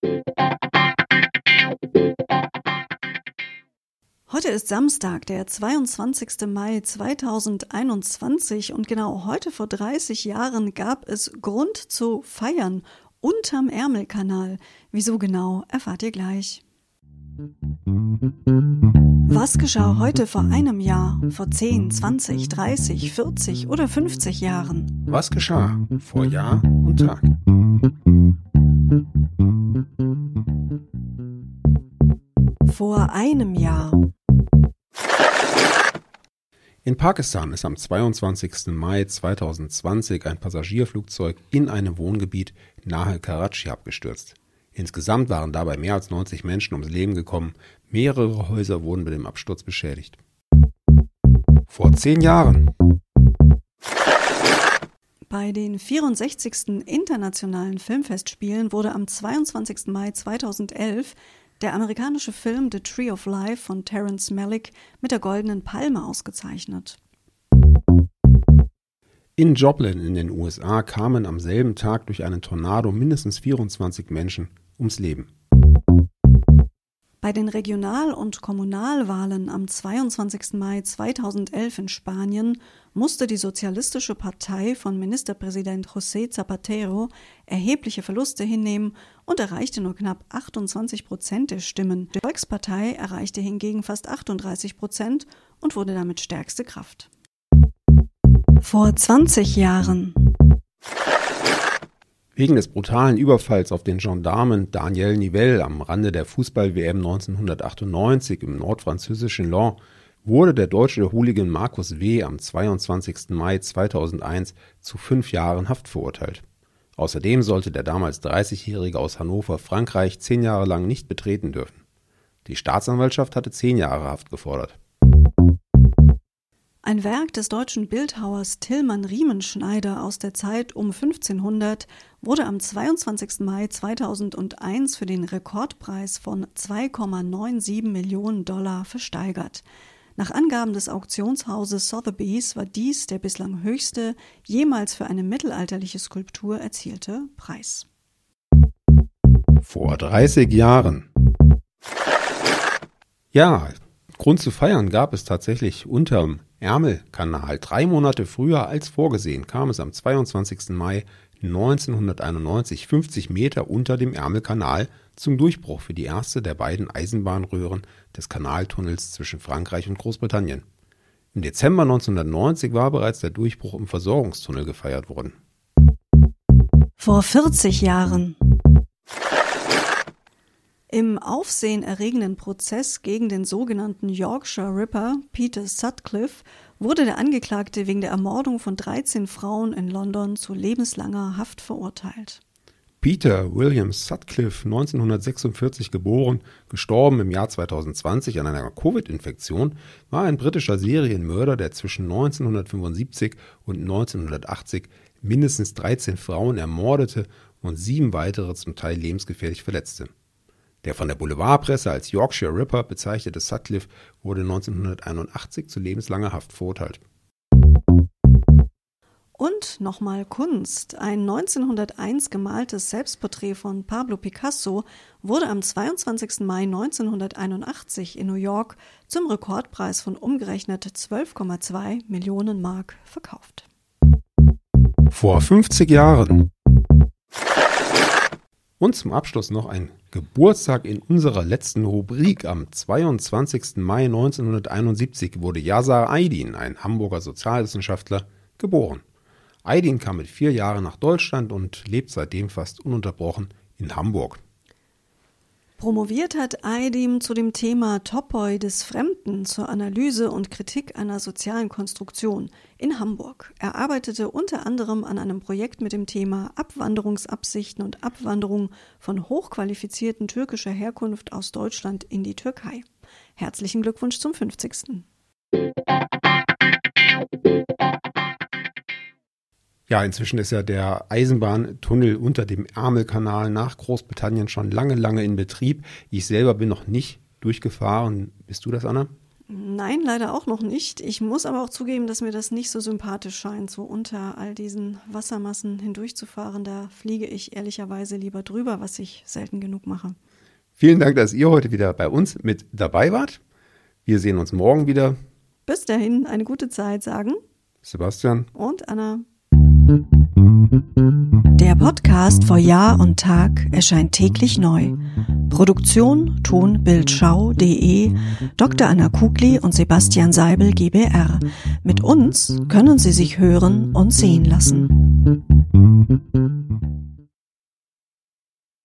Heute ist Samstag, der 22. Mai 2021 und genau heute vor 30 Jahren gab es Grund zu feiern unterm Ärmelkanal. Wieso genau, erfahrt ihr gleich. Was geschah heute vor einem Jahr, vor 10, 20, 30, 40 oder 50 Jahren? Was geschah vor Jahr und Tag? Vor einem Jahr. In Pakistan ist am 22. Mai 2020 ein Passagierflugzeug in einem Wohngebiet nahe Karachi abgestürzt. Insgesamt waren dabei mehr als 90 Menschen ums Leben gekommen. Mehrere Häuser wurden bei dem Absturz beschädigt. Vor 10 Jahren. Bei den 64. Internationalen Filmfestspielen wurde am 22. Mai 2011 der amerikanische Film The Tree of Life von Terrence Malick mit der Goldenen Palme ausgezeichnet. In Joplin in den USA kamen am selben Tag durch einen Tornado mindestens 24 Menschen ums Leben. Bei den Regional- und Kommunalwahlen am 22. Mai 2011 in Spanien musste die Sozialistische Partei von Ministerpräsident José Zapatero erhebliche Verluste hinnehmen und erreichte nur knapp 28% der Stimmen. Die Volkspartei erreichte hingegen fast 38% und wurde damit stärkste Kraft. Vor 20 Jahren. Wegen des brutalen Überfalls auf den Gendarmen Daniel Nivelle am Rande der Fußball-WM 1998 im nordfranzösischen Lens wurde der deutsche Hooligan Markus W. am 22. Mai 2001 zu 5 Jahren Haft verurteilt. Außerdem sollte der damals 30-Jährige aus Hannover Frankreich 10 Jahre lang nicht betreten dürfen. Die Staatsanwaltschaft hatte 10 Jahre Haft gefordert. Ein Werk des deutschen Bildhauers Tilman Riemenschneider aus der Zeit um 1500 wurde am 22. Mai 2001 für den Rekordpreis von 2,97 Millionen $ versteigert. Nach Angaben des Auktionshauses Sotheby's war dies der bislang höchste, jemals für eine mittelalterliche Skulptur erzielte Preis. Vor 30 Jahren. Ja, Grund zu feiern gab es tatsächlich unterm Ärmelkanal. 3 Monate früher als vorgesehen kam es am 22. Mai 1991, 50 Meter unter dem Ärmelkanal, zum Durchbruch für die erste der beiden Eisenbahnröhren des Kanaltunnels zwischen Frankreich und Großbritannien. Im Dezember 1990 war bereits der Durchbruch im Versorgungstunnel gefeiert worden. Vor 40 Jahren. Im aufsehenerregenden Prozess gegen den sogenannten Yorkshire Ripper, Peter Sutcliffe, wurde der Angeklagte wegen der Ermordung von 13 Frauen in London zu lebenslanger Haft verurteilt. Peter William Sutcliffe, 1946 geboren, gestorben im Jahr 2020 an einer Covid-Infektion, war ein britischer Serienmörder, der zwischen 1975 und 1980 mindestens 13 Frauen ermordete und 7 weitere zum Teil lebensgefährlich verletzte. Der von der Boulevardpresse als Yorkshire Ripper bezeichnete Sutcliffe wurde 1981 zu lebenslanger Haft verurteilt. Und nochmal Kunst. Ein 1901 gemaltes Selbstporträt von Pablo Picasso wurde am 22. Mai 1981 in New York zum Rekordpreis von umgerechnet 12,2 Millionen Mark verkauft. Vor 50 Jahren. Und zum Abschluss noch ein Geburtstag in unserer letzten Rubrik. Am 22. Mai 1971 wurde Yazar Aydin, ein Hamburger Sozialwissenschaftler, geboren. Aydin kam mit 4 Jahren nach Deutschland und lebt seitdem fast ununterbrochen in Hamburg. Promoviert hat Aydin zu dem Thema Topoi des Fremden zur Analyse und Kritik einer sozialen Konstruktion in Hamburg. Er arbeitete unter anderem an einem Projekt mit dem Thema Abwanderungsabsichten und Abwanderung von hochqualifizierten türkischer Herkunft aus Deutschland in die Türkei. Herzlichen Glückwunsch zum 50. Ja, inzwischen ist ja der Eisenbahntunnel unter dem Ärmelkanal nach Großbritannien schon lange in Betrieb. Ich selber bin noch nicht durchgefahren. Bist du das, Anna? Nein, leider auch noch nicht. Ich muss aber auch zugeben, dass mir das nicht so sympathisch scheint, so unter all diesen Wassermassen hindurchzufahren. Da fliege ich ehrlicherweise lieber drüber, was ich selten genug mache. Vielen Dank, dass ihr heute wieder bei uns mit dabei wart. Wir sehen uns morgen wieder. Bis dahin, eine gute Zeit, sagen Sebastian und Anna. Der Podcast vor Jahr und Tag erscheint täglich neu. Produktion tonbildschau.de, Dr. Anna Kugli und Sebastian Seibel GbR. Mit uns können Sie sich hören und sehen lassen.